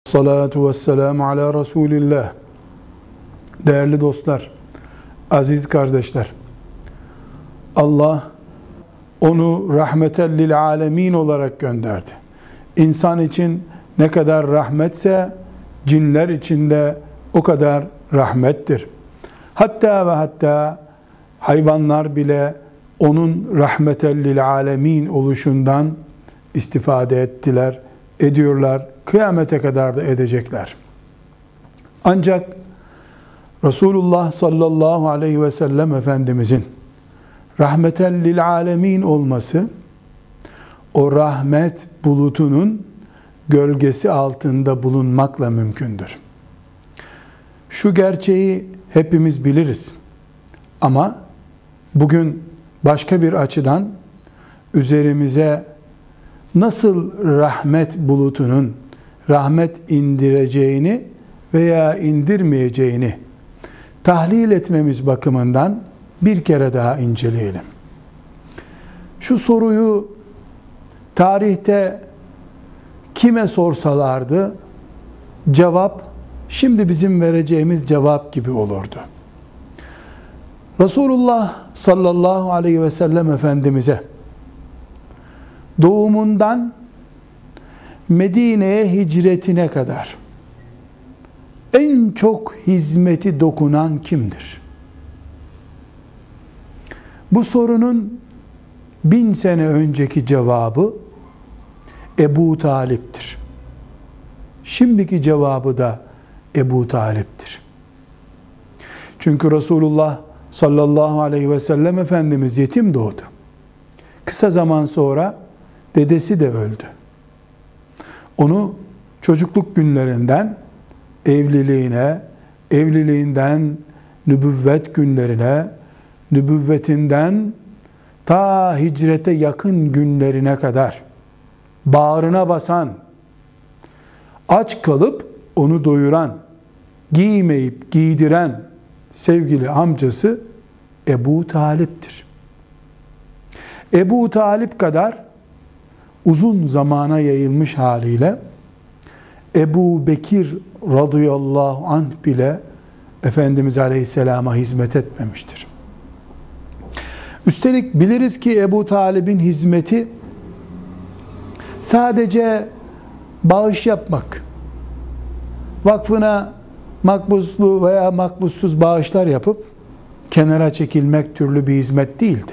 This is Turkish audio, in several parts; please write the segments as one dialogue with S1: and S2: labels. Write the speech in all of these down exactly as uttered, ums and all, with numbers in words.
S1: Salatu vesselamu ala Resulillah. Değerli dostlar, aziz kardeşler, Allah onu rahmeten lil alemin olarak gönderdi. İnsan için ne kadar rahmetse cinler için de o kadar rahmettir. Hatta ve hatta hayvanlar bile onun rahmeten lil alemin oluşundan istifade ettiler, ediyorlar. Kıyamete kadar da edecekler. Ancak Resulullah sallallahu aleyhi ve sellem Efendimizin rahmeten lil alemin olması, o rahmet bulutunun gölgesi altında bulunmakla mümkündür. Şu gerçeği hepimiz biliriz. Ama bugün başka bir açıdan üzerimize nasıl rahmet bulutunun rahmet indireceğini veya indirmeyeceğini tahlil etmemiz bakımından bir kere daha inceleyelim. Şu soruyu tarihte kime sorsalardı cevap şimdi bizim vereceğimiz cevap gibi olurdu. Resulullah sallallahu aleyhi ve sellem Efendimiz'e doğumundan Medine'ye hicretine kadar en çok hizmeti dokunan kimdir? Bu sorunun bin sene önceki cevabı Ebu Talip'tir. Şimdiki cevabı da Ebu Talip'tir. Çünkü Resulullah sallallahu aleyhi ve sellem Efendimiz yetim doğdu. Kısa zaman sonra dedesi de öldü. Onu çocukluk günlerinden evliliğine, evliliğinden nübüvvet günlerine, nübüvvetinden ta hicrete yakın günlerine kadar bağrına basan, aç kalıp onu doyuran, giymeyip giydiren sevgili amcası Ebu Talip'tir. Ebu Talip kadar uzun zamana yayılmış haliyle Ebu Bekir radıyallahu anh bile Efendimiz Aleyhisselam'a hizmet etmemiştir. Üstelik biliriz ki Ebu Talib'in hizmeti sadece bağış yapmak, vakfına makbuzlu veya makbuzsuz bağışlar yapıp kenara çekilmek türlü bir hizmet değildi.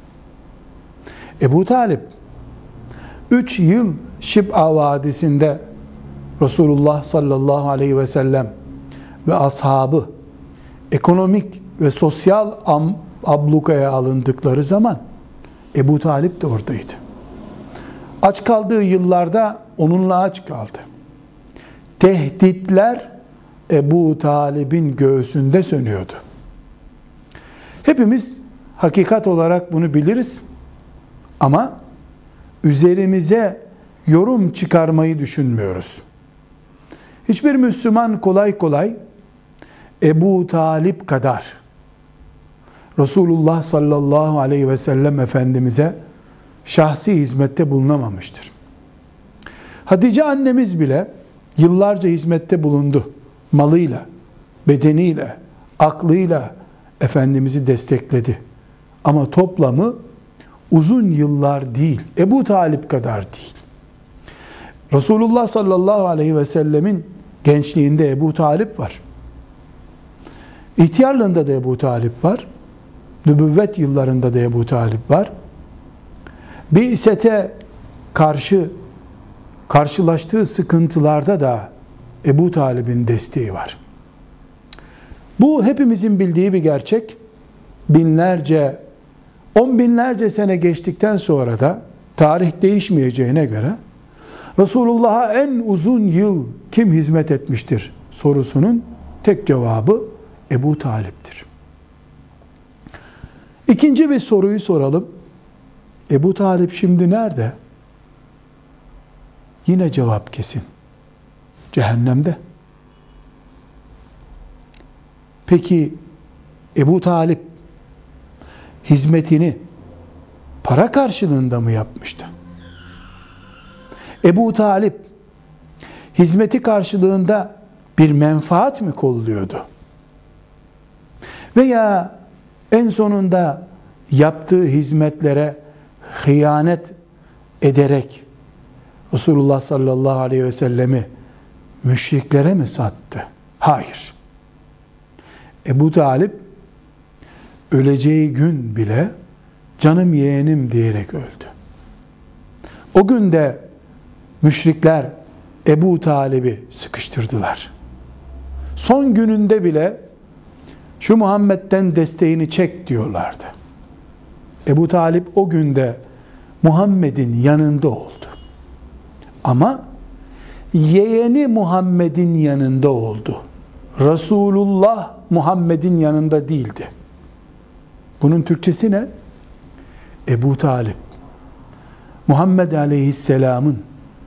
S1: Ebu Talib üç yıl Şib'a Vadisi'nde Resulullah sallallahu aleyhi ve sellem ve ashabı ekonomik ve sosyal ablukaya alındıkları zaman Ebu Talip de oradaydı. Aç kaldığı yıllarda onunla aç kaldı. Tehditler Ebu Talib'in göğsünde sönüyordu. Hepimiz hakikat olarak bunu biliriz ama üzerimize yorum çıkarmayı düşünmüyoruz. Hiçbir Müslüman kolay kolay Ebu Talip kadar Resulullah sallallahu aleyhi ve sellem Efendimiz'e şahsi hizmette bulunamamıştır. Hatice annemiz bile yıllarca hizmette bulundu. Malıyla, bedeniyle, aklıyla Efendimiz'i destekledi. Ama toplamı uzun yıllar değil, Ebu Talip kadar değil. Resulullah sallallahu aleyhi ve sellemin gençliğinde Ebu Talip var. İhtiyarlığında da Ebu Talip var. Nübüvvet yıllarında da Ebu Talip var. Bi'sete karşı karşılaştığı sıkıntılarda da Ebu Talib'in desteği var. Bu hepimizin bildiği bir gerçek. Binlerce, on binlerce sene geçtikten sonra da tarih değişmeyeceğine göre Resulullah'a en uzun yıl kim hizmet etmiştir sorusunun tek cevabı Ebu Talip'tir. İkinci bir soruyu soralım. Ebu Talip şimdi nerede? Yine cevap kesin. Cehennemde. Peki Ebu Talip hizmetini para karşılığında mı yapmıştı? Ebu Talip hizmeti karşılığında bir menfaat mi kolluyordu? Veya en sonunda yaptığı hizmetlere hıyanet ederek Resulullah sallallahu aleyhi ve sellemi müşriklere mi sattı? Hayır. Ebu Talip öleceği gün bile canım yeğenim diyerek öldü. O gün de müşrikler Ebu Talib'i sıkıştırdılar. Son gününde bile şu Muhammed'den desteğini çek diyorlardı. Ebu Talip o günde Muhammed'in yanında oldu. Ama yeğeni Muhammed'in yanında oldu. Resulullah Muhammed'in yanında değildi. Bunun Türkçesi ne? Ebu Talip Muhammed Aleyhisselam'ın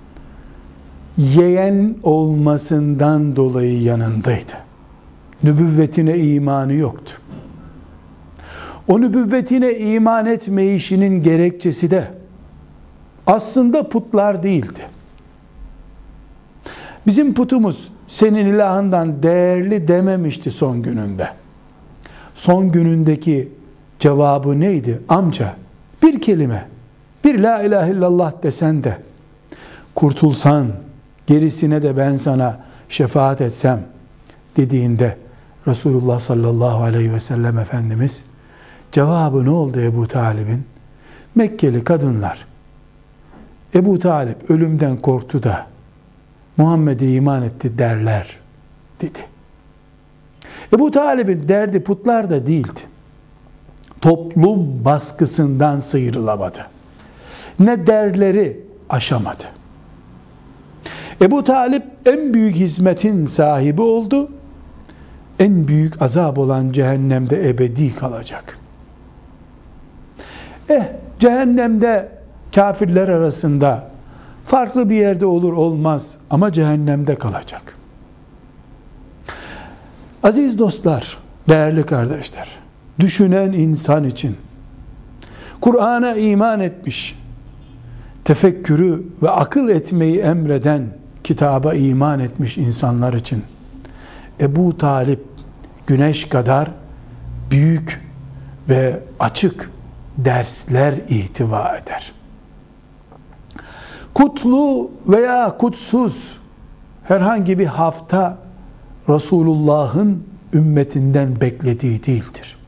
S1: yeğen olmasından dolayı yanındaydı. Nübüvvetine imanı yoktu. O nübüvvetine iman etmeyişinin gerekçesi de aslında putlar değildi. Bizim putumuz senin ilahından değerli dememişti son gününde. Son günündeki cevabı neydi? Amca bir kelime, bir la ilahe illallah desen de kurtulsan, gerisine de ben sana şefaat etsem dediğinde Resulullah sallallahu aleyhi ve sellem Efendimiz cevabı ne oldu Ebu Talib'in? Mekkeli kadınlar Ebu Talip ölümden korktu da Muhammed'e iman etti derler dedi. Ebu Talib'in derdi putlar da değildi. Toplum baskısından sıyrılamadı. Ne derleri aşamadı. Ebu Talip en büyük hizmetin sahibi oldu. En büyük azap olan cehennemde ebedi kalacak. Eh, cehennemde kafirler arasında farklı bir yerde olur olmaz ama cehennemde kalacak. Aziz dostlar, değerli kardeşler, düşünen insan için Kur'an'a iman etmiş, tefekkürü ve akıl etmeyi emreden kitaba iman etmiş insanlar için Ebu Talip güneş kadar büyük ve açık dersler ihtiva eder. Kutlu veya kutsuz herhangi bir hafta Resulullah'ın ümmetinden beklediği değildir.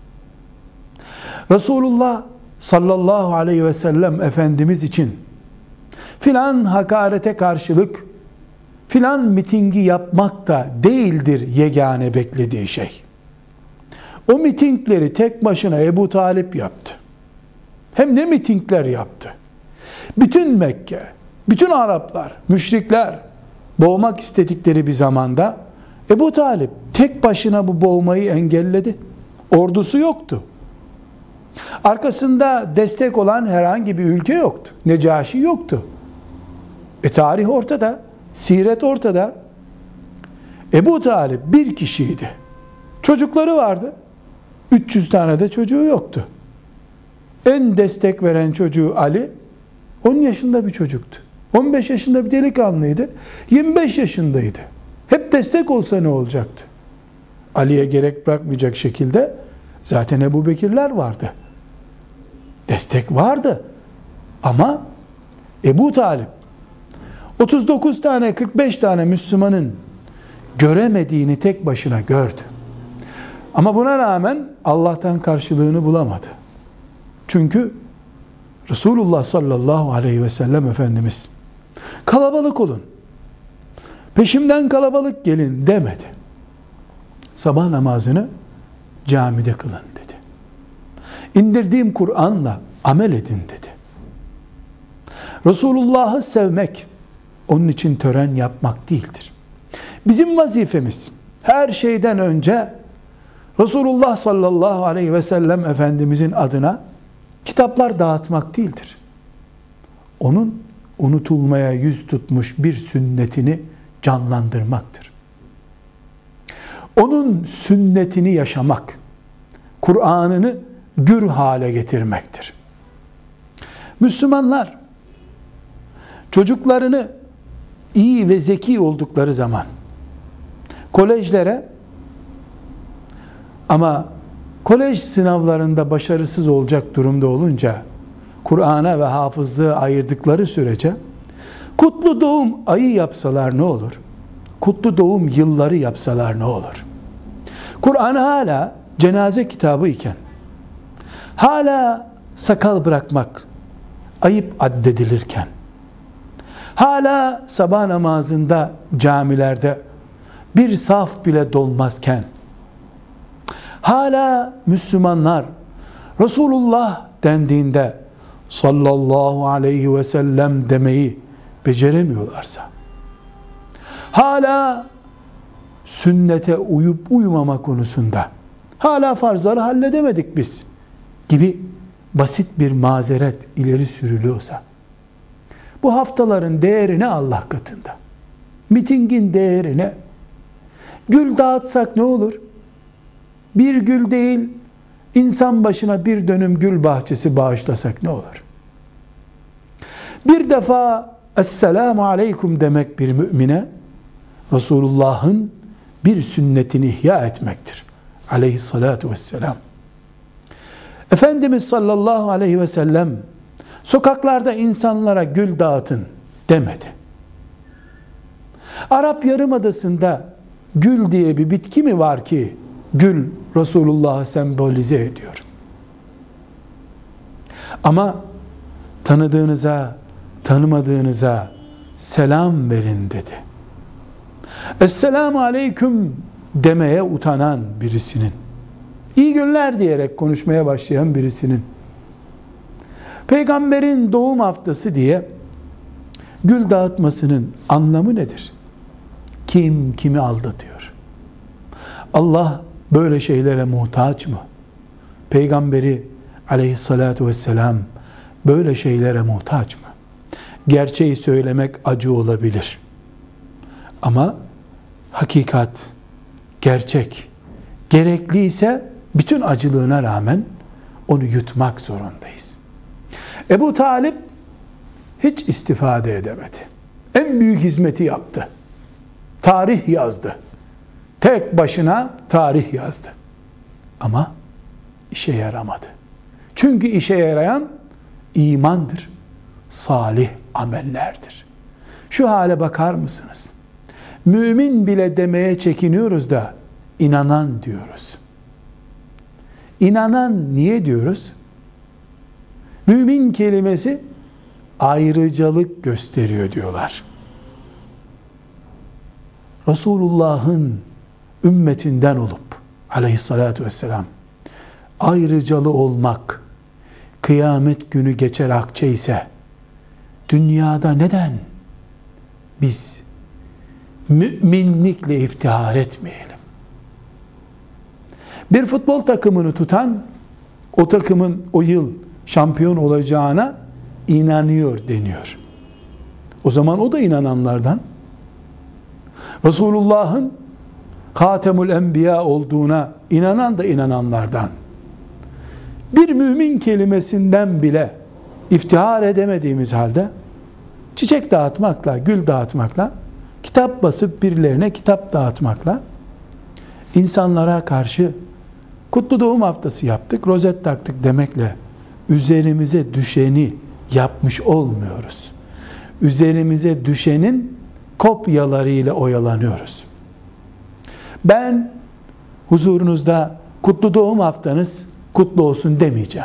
S1: Resulullah sallallahu aleyhi ve sellem Efendimiz için filan hakarete karşılık filan mitingi yapmak da değildir yegane beklediği şey. O mitingleri tek başına Ebu Talip yaptı. Hem ne mitingler yaptı. Bütün Mekke, bütün Araplar, müşrikler boğmak istedikleri bir zamanda Ebu Talip tek başına bu boğmayı engelledi. Ordusu yoktu. Arkasında destek olan herhangi bir ülke yoktu. Necaşi yoktu. E tarih ortada, siret ortada. Ebu Talip bir kişiydi. Çocukları vardı. üç yüz tane de çocuğu yoktu. En destek veren çocuğu Ali, on yaşında bir çocuktu. on beş yaşında bir delikanlıydı. yirmi beş yaşındaydı. Hep destek olsa ne olacaktı? Ali'ye gerek bırakmayacak şekilde zaten Ebu Bekirler vardı. Destek vardı. Ama Ebu Talip otuz dokuz tane kırk beş tane Müslümanın göremediğini tek başına gördü. Ama buna rağmen Allah'tan karşılığını bulamadı. Çünkü Resulullah sallallahu aleyhi ve sellem Efendimiz kalabalık olun, peşimden kalabalık gelin demedi. Sabah namazını camide kılın dedi. İndirdiğim Kur'an'la amel edin dedi. Resulullah'ı sevmek onun için tören yapmak değildir. Bizim vazifemiz her şeyden önce Resulullah sallallahu aleyhi ve sellem Efendimizin adına kitaplar dağıtmak değildir. Onun unutulmaya yüz tutmuş bir sünnetini canlandırmaktır. Onun sünnetini yaşamak, Kur'an'ını gür hale getirmektir. Müslümanlar çocuklarını iyi ve zeki oldukları zaman kolejlere, ama kolej sınavlarında başarısız olacak durumda olunca Kur'an'a ve hafızlığı ayırdıkları sürece kutlu doğum ayı yapsalar ne olur? Kutlu doğum yılları yapsalar ne olur? Kur'an hala cenaze kitabı iken, hala sakal bırakmak ayıp addedilirken, hala sabah namazında camilerde bir saf bile dolmazken, hala Müslümanlar Resulullah dendiğinde sallallahu aleyhi ve sellem demeyi beceremiyorlarsa, hala sünnete uyup uyumama konusunda hala farzları halledemedik biz gibi basit bir mazeret ileri sürülüyorsa, bu haftaların değeri ne Allah katında? Mitingin değeri ne? Gül dağıtsak ne olur? Bir gül değil, insan başına bir dönüm gül bahçesi bağışlasak ne olur? Bir defa Esselamu Aleyküm demek bir mümine, Resulullah'ın bir sünnetini ihya etmektir. Aleyhissalatu vesselam. Efendimiz sallallahu aleyhi ve sellem sokaklarda insanlara gül dağıtın demedi. Arap Yarımadası'nda gül diye bir bitki mi var ki gül Resulullah'ı sembolize ediyor? Ama tanıdığınıza, tanımadığınıza selam verin dedi. Esselamu aleyküm demeye utanan birisinin, iyi günler diyerek konuşmaya başlayan birisinin, Peygamberin doğum haftası diye gül dağıtmasının anlamı nedir? Kim kimi aldatıyor? Allah böyle şeylere muhtaç mı? Peygamberi aleyhissalatu vesselam böyle şeylere muhtaç mı? Gerçeği söylemek acı olabilir. Ama hakikat, gerçek, gerekliyse bütün acılığına rağmen onu yutmak zorundayız. Ebu Talip hiç istifade edemedi. En büyük hizmeti yaptı. Tarih yazdı. Tek başına tarih yazdı. Ama işe yaramadı. Çünkü işe yarayan imandır. Salih amellerdir. Şu hale bakar mısınız? Mümin bile demeye çekiniyoruz da inanan diyoruz. İnanan niye diyoruz? Mümin kelimesi ayrıcalık gösteriyor diyorlar. Resulullah'ın ümmetinden olup aleyhissalatu vesselam ayrıcalı olmak kıyamet günü geçer akçe ise dünyada neden biz müminlikle iftihar etmeyelim? Bir futbol takımını tutan o takımın o yıl şampiyon olacağına inanıyor deniyor. O zaman o da inananlardan. Resulullah'ın Hatemül Enbiya olduğuna inanan da inananlardan. Bir mümin kelimesinden bile iftihar edemediğimiz halde çiçek dağıtmakla, gül dağıtmakla, kitap basıp birilerine kitap dağıtmakla insanlara karşı kutlu doğum haftası yaptık, rozet taktık demekle üzerimize düşeni yapmış olmuyoruz. Üzerimize düşenin kopyalarıyla oyalanıyoruz. Ben huzurunuzda kutlu doğum haftanız kutlu olsun demeyeceğim.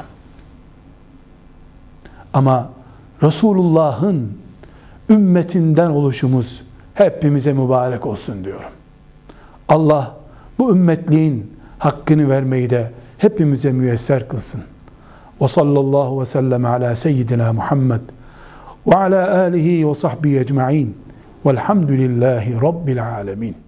S1: Ama Resulullah'ın ümmetinden oluşumuz hepimize mübarek olsun diyorum. Allah bu ümmetliğin hakkını vermeyi de hepimize müyesser kılsın. Ve sallallahu ve sellem ala seyyidina Muhammed ve ala alihi ve sahbihi ecma'in velhamdülillahi rabbil alemin.